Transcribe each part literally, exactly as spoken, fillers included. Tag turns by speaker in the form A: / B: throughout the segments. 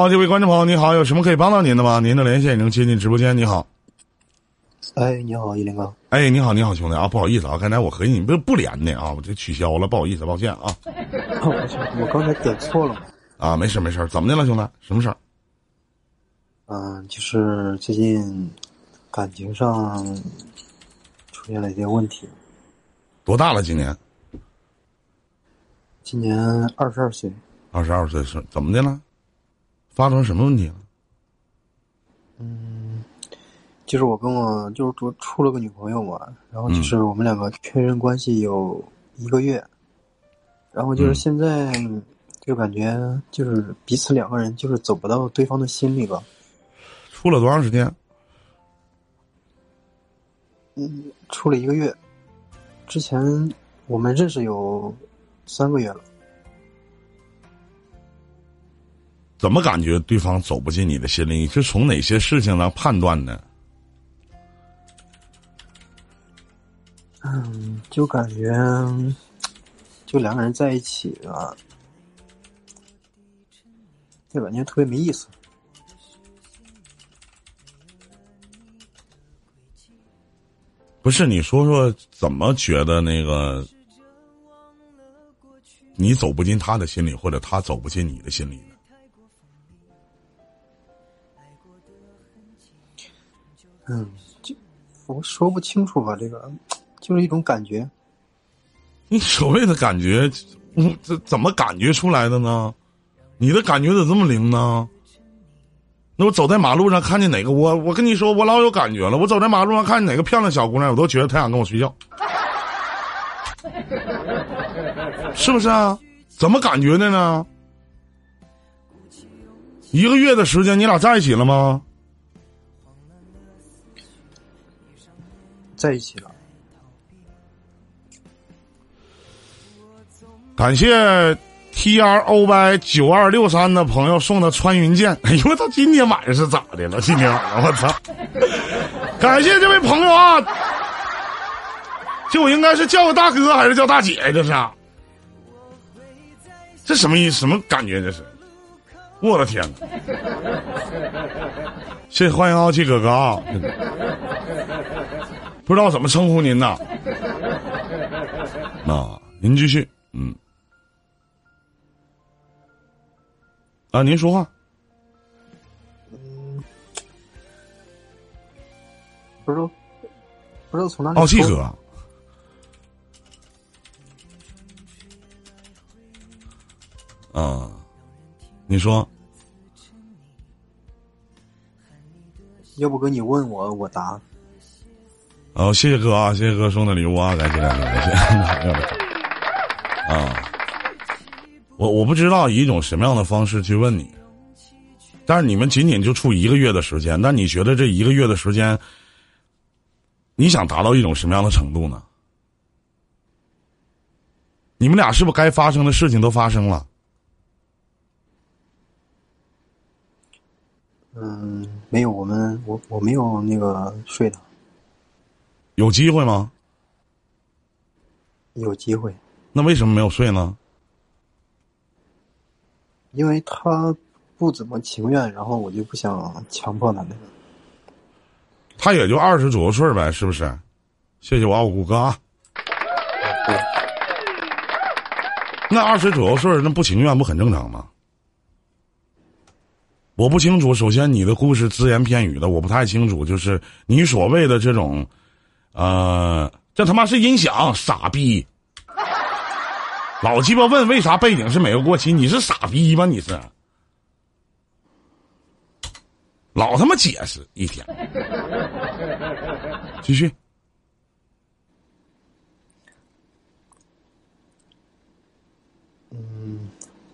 A: 好，这位观众朋友，你好，有什么可以帮到您的吗？您的连线已经接进直播间。你好，
B: 哎，你好，一林哥。
A: 哎，你好，你好，兄弟啊，不好意思啊，刚才我和你不不连的啊，我这取消了，不好意思，抱歉啊。
B: 我我刚才点错了。
A: 啊，没事没事，怎么的了，兄弟？什么事儿？
B: 嗯，就是最近感情上出现了一些问题。
A: 多大了？今年？
B: 今年二十二岁。
A: 二十二岁是怎么的了？发生什么问题了？
B: 嗯，就是我跟我就是我处了个女朋友嘛，然后就是我们两个确认关系有一个月，然后就是现在就感觉就是彼此两个人就是走不到对方的心里吧。
A: 处了多长时间？
B: 嗯，处了一个月。之前我们认识有三个月了。
A: 怎么感觉对方走不进你的心里？你是从哪些事情来判断的？
B: 嗯，就感觉就两个人在一起啊，就感觉特别没意思。
A: 不是，你说说怎么觉得那个你走不进他的心里，或者他走不进你的心里呢？
B: 嗯，就我说不清楚吧，这个就是一种感觉。
A: 你所谓的感觉，嗯，这怎么感觉出来的呢？你的感觉怎么这么灵呢？那我走在马路上看见哪个，我我跟你说，我老有感觉了。我走在马路上看见哪个漂亮小姑娘，我都觉得她想跟我睡觉，是不是啊？怎么感觉的呢？一个月的时间，你俩在一起了吗？
B: 在一起了。
A: 感谢 T R O Y 九二六三的朋友送的穿云箭。哎呦，他今天晚上是咋的了？今天晚上我操！感谢这位朋友啊，就我应该是叫个大哥还是叫大姐？这是，这什么意思？什么感觉？这是，我的天哪！谢谢欢迎傲气哥哥啊！不知道怎么称呼您呢？那您继续，嗯。啊，您说话。
B: 嗯，不知道，不知道从哪里。
A: 傲气哥。啊，你说。
B: 要不跟你问我，我答。
A: 哦，谢谢哥啊，谢谢哥送的礼物啊，感谢感谢感谢。啊。我我不知道以一种什么样的方式去问你，但是你们仅仅就处一个月的时间，那你觉得这一个月的时间，你想达到一种什么样的程度呢？你们俩是不是该发生的事情都发生了？
B: 嗯，没有，我们我我没有那个睡的。
A: 有机会吗？
B: 有机会。
A: 那为什么没有睡呢？
B: 因为他不怎么情愿，然后我就不想强迫他那个。
A: 他也就二十左右岁呗，是不是？谢谢我傲骨哥啊。
B: 对。
A: 那二十左右岁那不情愿不很正常吗？我不清楚，首先你的故事只言片语的，我不太清楚，就是你所谓的这种，呃，这他妈是音响，傻逼。老鸡巴问为啥背景是美国国旗？你是傻逼吗？你是老他妈解释一天。继续。
B: 嗯，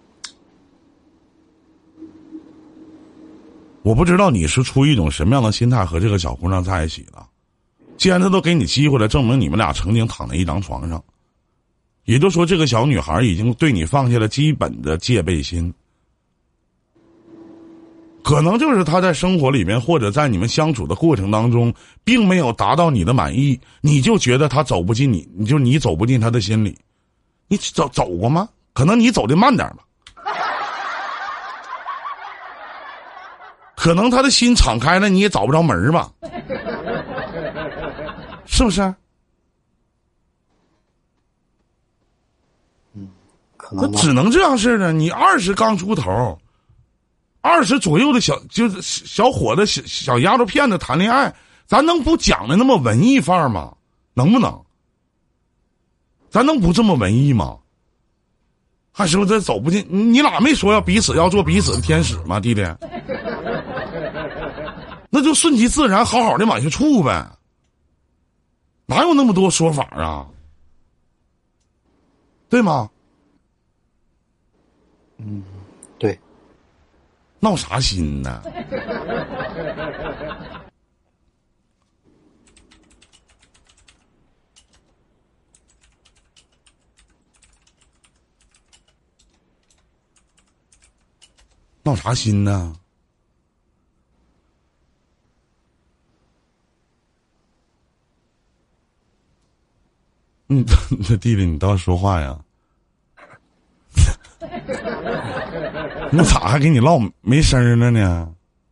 A: 我不知道你是出于一种什么样的心态和这个小姑娘在一起的。既然她都给你机会了，证明你们俩曾经躺在一张床上。也就是说，这个小女孩已经对你放下了基本的戒备心，可能就是她在生活里面或者在你们相处的过程当中，并没有达到你的满意，你就觉得她走不进你，你就你走不进她的心里。你走走过吗？可能你走的慢点吧。 可能他的心敞开了，你也找不着门吧？是不是？
B: 嗯，可能
A: 那只能这样式的。你二十刚出头，二十左右的小就是小伙子、小小丫头片子谈恋爱，咱能不讲的那么文艺范儿吗？能不能？咱能不这么文艺吗？还说这走不进，你俩没说要彼此要做彼此的天使吗，弟弟？那就顺其自然，好好的往下处呗。哪有那么多说法啊？对吗？
B: 嗯，对。
A: 闹啥心呢？闹啥心呢？嗯，这弟弟你倒说话呀？那咋还给你唠没声了呢？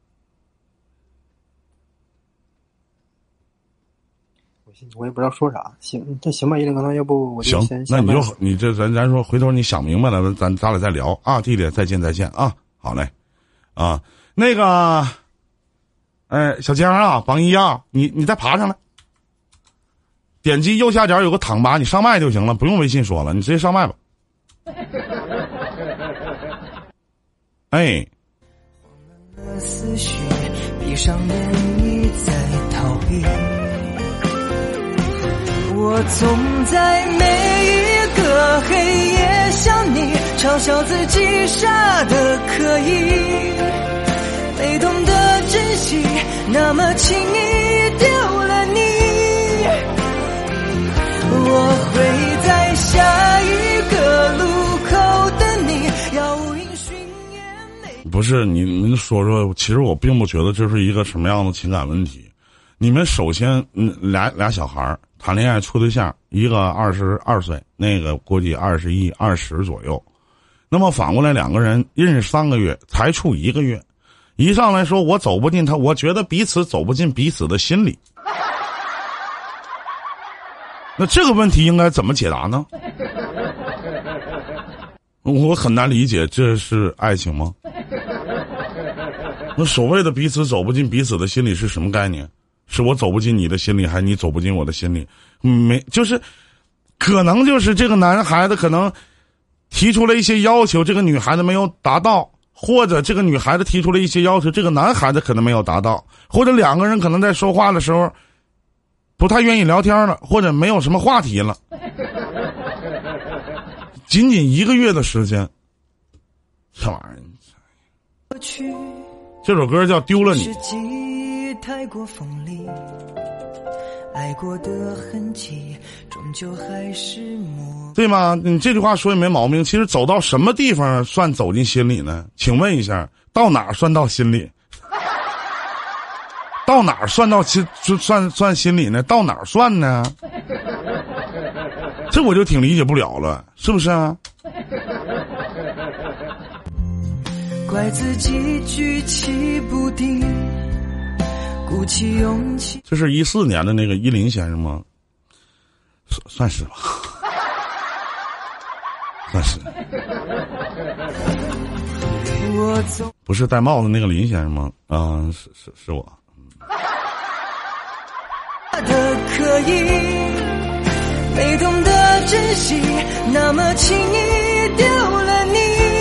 B: 我也不知道说啥。行，那行吧，一林哥，那要不我就
A: 行
B: 先，
A: 那你就你这咱咱说，回头你想明白了，咱咱俩再聊啊，弟弟，再见再见啊，好嘞，啊，那个，哎，小江啊，榜一啊，你你再爬上来，点击右下角有个躺吧，你上麦就行了，不用微信说了，你直接上麦吧。哎，
C: 思绪闭上眼，你在逃避。我总在每一个黑夜想你，嘲笑自己傻得可以，没懂得珍惜，那么轻易丢了你。我会在下一个路口等你，杳无音讯也没。
A: 不是你您说说，其实我并不觉得这是一个什么样的情感问题。你们首先，嗯，俩俩小孩儿谈恋爱处对象，一个二十二岁，那个估计二十一、二十左右。那么反过来，两个人认识三个月，才处一个月，一上来说我走不进他，我觉得彼此走不进彼此的心里。那这个问题应该怎么解答呢？我很难理解，这是爱情吗？那所谓的彼此走不进彼此的心里是什么概念？是我走不进你的心里，还是你走不进我的心里？没，就是可能就是这个男孩子可能提出了一些要求，这个女孩子没有达到，或者这个女孩子提出了一些要求，这个男孩子可能没有达到，或者两个人可能在说话的时候不太愿意聊天了，或者没有什么话题了。仅仅一个月的时间，这玩意儿，这首歌叫《丢了你》。
C: 太过锋利，爱过的痕迹终究还是模，
A: 对吗？你这句话说也没毛病。其实走到什么地方算走进心里呢？请问一下，到哪儿算到心里？到哪儿算到心算算心里呢？到哪儿算呢？这我就挺理解不了了，是不是啊？
C: 怪自己举棋不定，鼓起勇气。
A: 这是一四年的那个依林先生吗？算算是吧，算是。
C: 我走
A: 不是戴帽子那个林先生吗？啊、呃，是是是我。
C: 的可以，没懂得珍惜，那么轻易丢了你。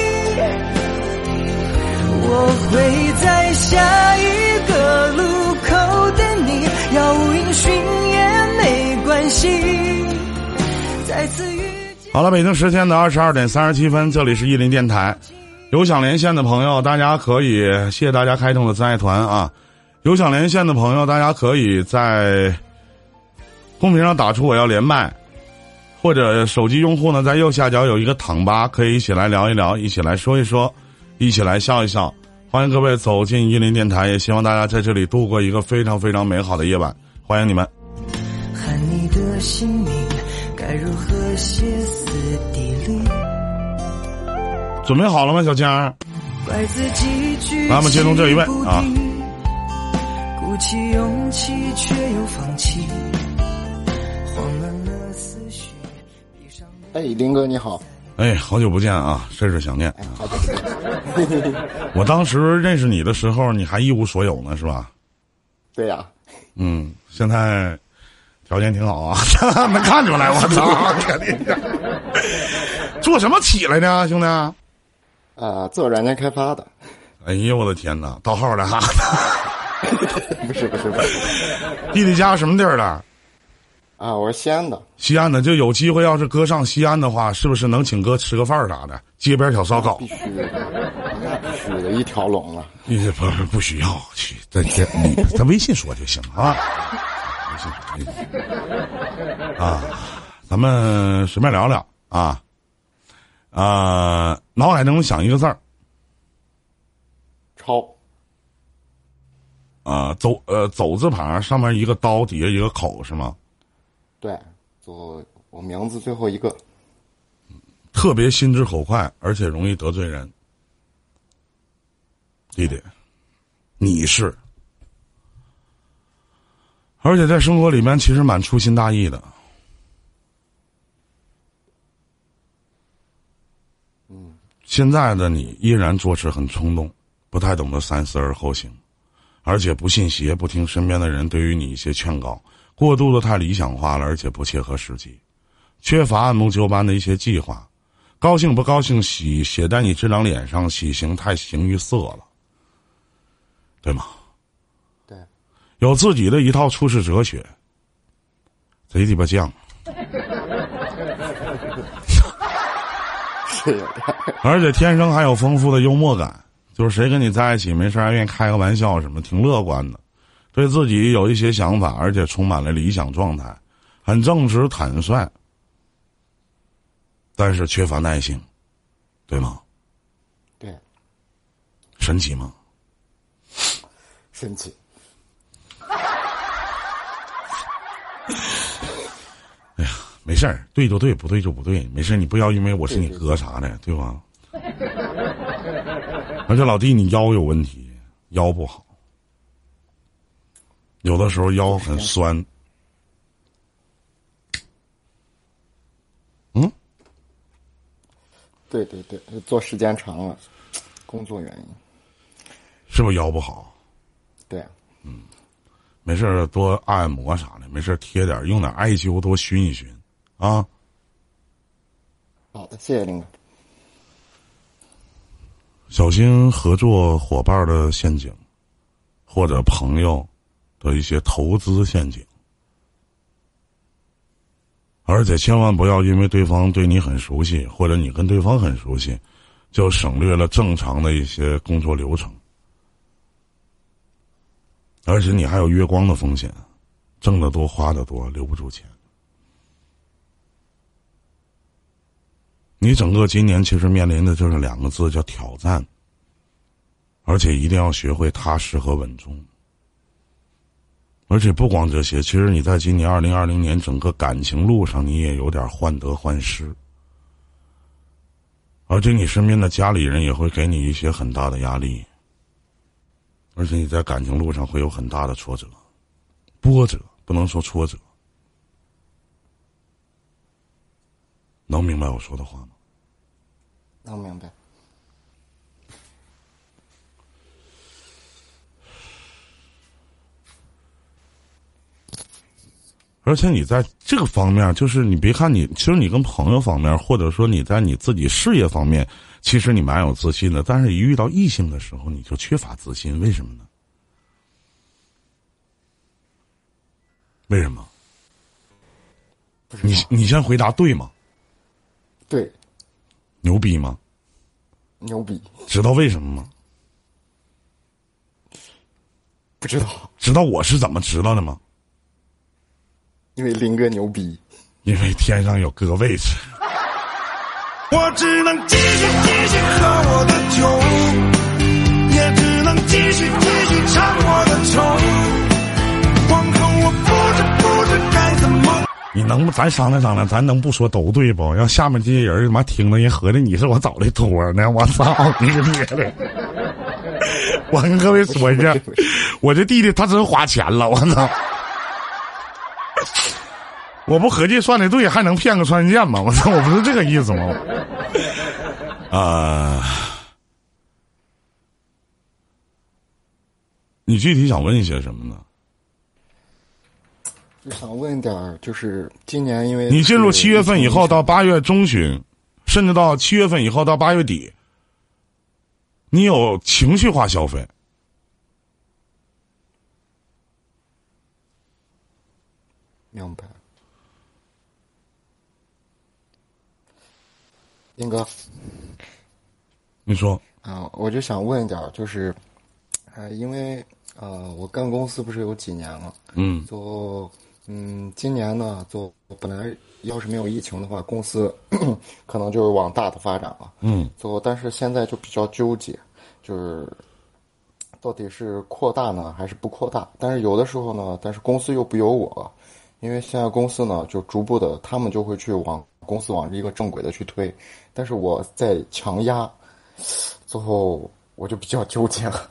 C: 我会在下一个路口等你，杳无音讯也没关系。再次遇见。
A: 好了，北京时间的二十二点三十七分，这里是意林电台。有想连线的朋友，大家可以谢谢大家开通的自爱团啊！有想连线的朋友，大家可以在公屏上打出我要连麦，或者手机用户呢，在右下角有一个躺吧，可以一起来聊一聊，一起来说一说，一起来笑一笑。欢迎各位走进意林电台，也希望大家在这里度过一个非常非常美好的夜晚。欢迎你们。
C: 喊你的姓名，该如何歇斯底里？
A: 准备好了吗，小江？
C: 怪自己举
A: 咱们接通这一位啊，
C: 鼓起勇气却又放弃，慌乱了思绪。
D: 哎，林哥你好。
A: 哎，好久不见啊，甚是想念。
D: 哎，好久不见。
A: 我当时认识你的时候，你还一无所有呢，是吧？
D: 对呀、啊。
A: 嗯，现在条件挺好啊，能看出来。我操，肯定的。做什么起来的，兄弟？啊、
D: 呃，做软件开发的。
A: 哎呦我的天哪，盗号的哈！
D: 不是不是不是。
A: 弟弟家什么地儿的？
D: 啊，我是西安的。
A: 西安的，就有机会，要是哥上西安的话，是不是能请哥吃个饭啥的？街边小烧烤。
D: 必须的，那必须的，一条龙了。
A: 你不是不需要去，在天你在微信说就行啊。微信微信啊，咱们随便聊聊啊。啊，脑海中想一个字儿。
D: 超。
A: 啊，走呃走字旁上面一个刀，底下一个口是吗？
D: 对，做我名字最后一个。
A: 特别心直口快，而且容易得罪人。弟弟，你是，而且在生活里面其实蛮粗心大意的。
D: 嗯，
A: 现在的你依然做事很冲动，不太懂得三思而后行，而且不信邪，不听身边的人对于你一些劝告，过度的太理想化了，而且不切合实际，缺乏按部就班的一些计划，高兴不高兴喜写在你这张脸上，喜形太形于色了，对吗？
D: 对，
A: 有自己的一套处世哲学，贼鸡巴犟。
D: 是有点。
A: 而且天生还有丰富的幽默感，就是谁跟你在一起没事还愿意开个玩笑什么，挺乐观的，对自己有一些想法，而且充满了理想状态，很正直坦率，但是缺乏耐性，对吗？
D: 对。
A: 神奇吗？
D: 神奇。
A: 哎呀，没事儿，对就对，不对就不对，没事，你不要因为我是你哥啥的，对吧？而且老弟，你腰有问题，腰不好，有的时候腰很酸。嗯，
D: 对对对，做时间长了，工作原因。
A: 是不是腰不好？
D: 对、啊。
A: 嗯，没事多按摩啥的，没事贴点，用点艾灸多熏一熏，啊。
D: 好的，谢谢林哥。
A: 小心合作伙伴的陷阱，或者朋友的一些投资陷阱，而且千万不要因为对方对你很熟悉，或者你跟对方很熟悉，就省略了正常的一些工作流程，而且你还有月光的风险，挣得多花得多，留不住钱。你整个今年其实面临的就是两个字，叫挑战，而且一定要学会踏实和稳重。而且不光这些，其实你在今年二零二零年整个感情路上，你也有点患得患失，而且你身边的家里人也会给你一些很大的压力，而且你在感情路上会有很大的挫折、波折，不能说挫折。能明白我说的话吗？
D: 能明白。
A: 而且你在这个方面，就是你别看你，其实你跟朋友方面，或者说你在你自己事业方面，其实你蛮有自信的，但是一遇到异性的时候，你就缺乏自信，为什么呢？为什么？你你先回答对吗？
D: 对。
A: 牛逼吗？
D: 牛逼。
A: 知道为什么吗？
D: 不知道。
A: 知道我是怎么知道的吗？
D: 因为林哥牛逼。
A: 因为天上有哥位置。
C: 我只能继续继续喝我的酒，也只能继续继续唱我的愁。往后我不知不知该怎么。
A: 你能不咱商量商量，咱能不说都对不？让下面这些人他妈听着人合计你是我找的托呢，我操你个爹的！我跟各位说一下，我这弟弟他真花钱了，我操！我不合计算的对，还能骗个穿线吗？我操，我不是这个意思吗？啊、呃，你具体想问一些什么呢？
D: 就想问点儿，就是今年因为
A: 你进入七月份以后到八月中旬，甚至到七月份以后到八月底，你有情绪化消费。
D: 明白。英哥，
A: 你说
D: 啊，我就想问一点儿，就是，呃，因为呃，我干公司不是有几年了，
A: 嗯，
D: 就嗯，今年呢，就本来要是没有疫情的话，公司可能就是往大的发展了，
A: 嗯，
D: 就但是现在就比较纠结，就是到底是扩大呢还是不扩大？但是有的时候呢，但是公司又不由我，因为现在公司呢就逐步的，他们就会去往公司往一个正轨的去推，但是我在强压，最后我就比较纠结了。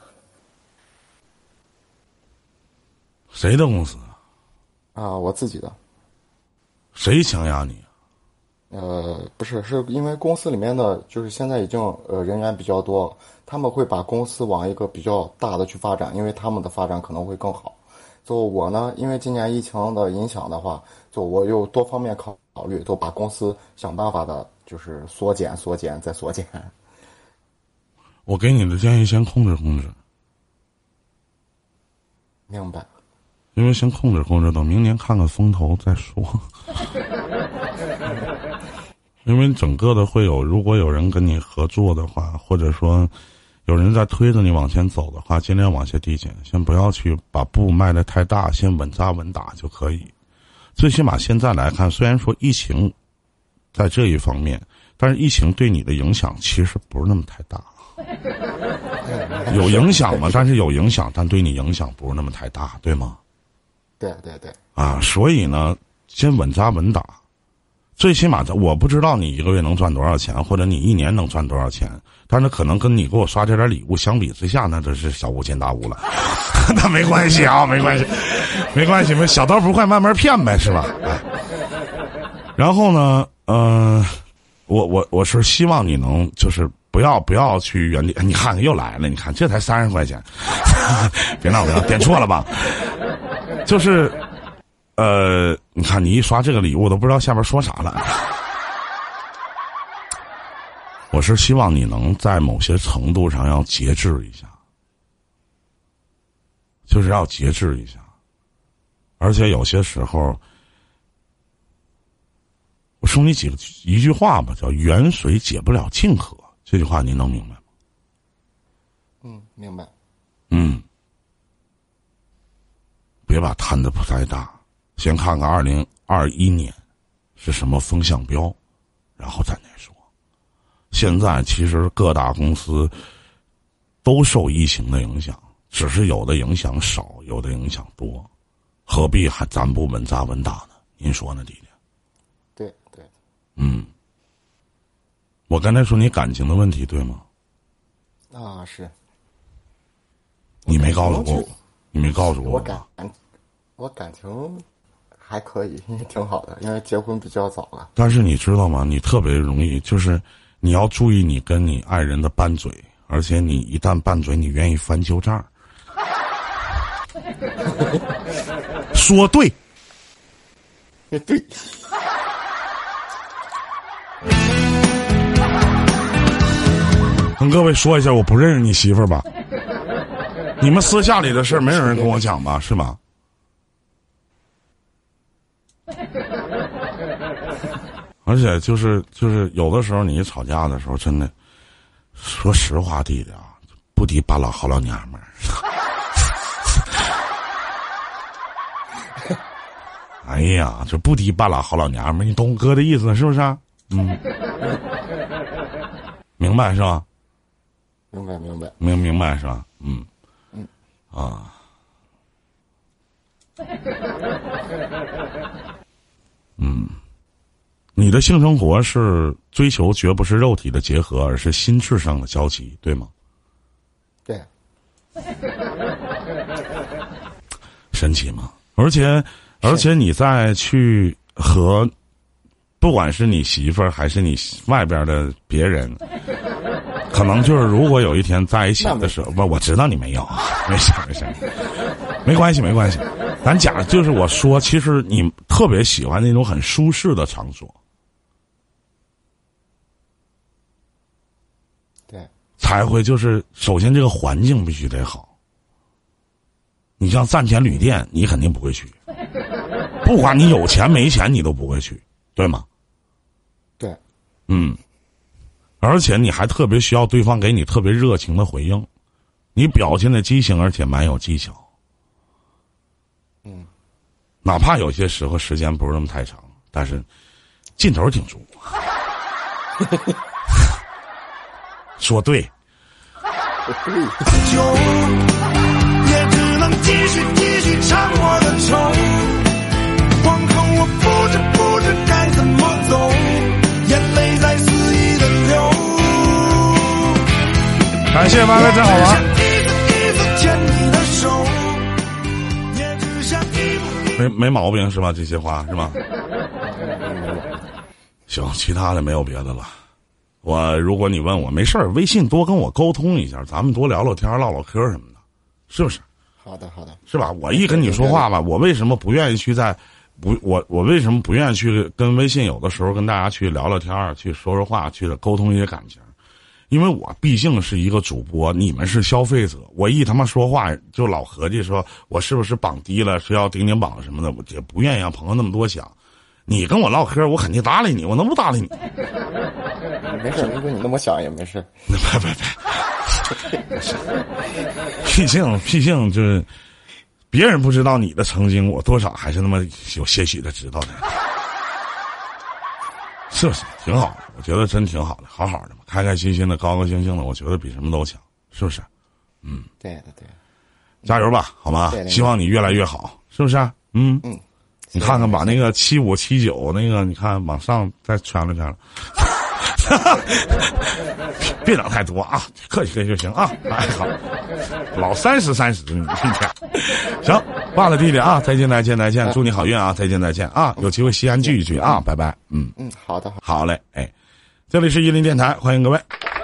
A: 谁的公司
D: 啊？我自己的。
A: 谁强压你？
D: 呃，不是，是因为公司里面的就是现在已经呃人员比较多了，他们会把公司往一个比较大的去发展，因为他们的发展可能会更好。就我呢，因为今年疫情的影响的话，就我有多方面考虑，都把公司想办法的，就是缩减、缩减再缩减。
A: 我给你的建议，先控制控制。
D: 明白。
A: 因为先控制控制，等明年看看风头再说。因为整个的会有，如果有人跟你合作的话，或者说有人在推着你往前走的话，尽量往下递减，先不要去把步迈得太大，先稳扎稳打就可以。最起码现在来看，虽然说疫情在这一方面，但是疫情对你的影响其实不是那么太大。有影响吗？但是有影响，但对你影响不是那么太大，对吗？
D: 对对对。
A: 啊，所以呢，先稳扎稳打。最起码，我不知道你一个月能赚多少钱，或者你一年能赚多少钱，但是可能跟你给我刷这点礼物相比之下，那真是小巫见大巫了。那没关系啊，没关系，没关系，没小刀不坏，慢慢骗呗，是吧？哎、然后呢，嗯、呃，我我我是希望你能就是不要不要去原地，你看又来了，你看这才三十块钱，别闹别闹，点错了吧？就是。呃，你看你一刷这个礼物，我都不知道下边说啥了。我是希望你能在某些程度上要节制一下，就是要节制一下。而且有些时候，我说你几个一句话吧，叫远水解不了近渴。这句话你能明白吗？
D: 嗯，明白。
A: 嗯，别把摊子铺太大。先看看二零二一年是什么风向标，然后咱再说。现在其实各大公司都受疫情的影响，只是有的影响少，有的影响多，何必还咱不稳扎稳打呢？您说呢，弟弟？
D: 对对。
A: 嗯，我刚才说你感情的问题对吗？
D: 啊，是。
A: 你没告诉我，你没告诉我。
D: 我感我感情。还可以，挺好的，因为结婚比较早了。
A: 但是你知道吗？你特别容易，就是你要注意你跟你爱人的拌嘴，而且你一旦拌嘴，你愿意翻旧账。说对，
D: 对。
A: 跟各位说一下，我不认识你媳妇儿吧？你们私下里的事儿没有人跟我讲吧？是吧？而且就是就是有的时候你一吵架的时候，真的说实话，弟弟啊，不敌半老好老娘们儿。哎呀，这不敌半老好老娘们儿，你懂哥的意思是不是？嗯，明白是吧？
D: 明白明白
A: 明明白是吧？嗯
D: 嗯
A: 啊。 嗯，你的性生活是追求绝不是肉体的结合，而是心智上的交集，对吗？
D: 对。
A: 神奇吗？而且，而且你在去和，不管是你媳妇儿还是你外边的别人，可能就是如果有一天在一起的时候，不，我知道你没有，没事没事，没关系没关系。咱假就是我说，其实你特别喜欢那种很舒适的场所，
D: 对，
A: 才会就是首先这个环境必须得好。你像站前旅店，你肯定不会去，不管你有钱没钱，你都不会去，对吗？
D: 对，
A: 嗯，而且你还特别需要对方给你特别热情的回应，你表现的激情，而且蛮有技巧。
D: 嗯，
A: 哪怕有些时候时间不是那么太长，但是劲头挺足。说对。
C: 也只能继续继续唱我的愁，往后我不知不知该怎么走，眼泪在肆意的流。
A: 感谢八哥真好玩。没没毛病是吧？这些话是吧？行，其他的没有别的了。我如果你问我没事儿，微信多跟我沟通一下，咱们多聊聊天、唠唠嗑什么的，是不是？
D: 好的，好的，
A: 是吧？我一跟你说话吧，我为什么不愿意去在不我我为什么不愿意去跟微信有的时候跟大家去聊聊天，去说说话，去沟通一些感情？因为我毕竟是一个主播，你们是消费者，我一他妈说话就老合计说我是不是绑低了，是要顶顶绑什么的，我也不愿意让朋友那么多想。你跟我唠嗑，我肯定搭理你，我能不搭理你？
D: 没事，如果你那么想也没事。
A: 别别别，毕竟毕竟就是别人不知道你的曾经，我多少还是那么有些许的知道的，是不是？挺好的，我觉得真挺好的，好好的嘛，开开心心的，高高兴兴的，我觉得比什么都强，是不是？嗯，
D: 对的对的，
A: 加油吧，好吗？希望你越来越好，是不是？嗯
D: 嗯。
A: 你看看，把那个七五七九那个，你看往上再圈了圈了，别长太多啊，客气客气就行啊。哎，好，老三十三十，你今天行，挂了弟弟啊，再见再见再见，祝你好运啊，再见再见啊，有机会西安聚一聚啊，拜拜。嗯
D: 嗯，好的，
A: 好嘞，哎，这里是一林电台，欢迎各位。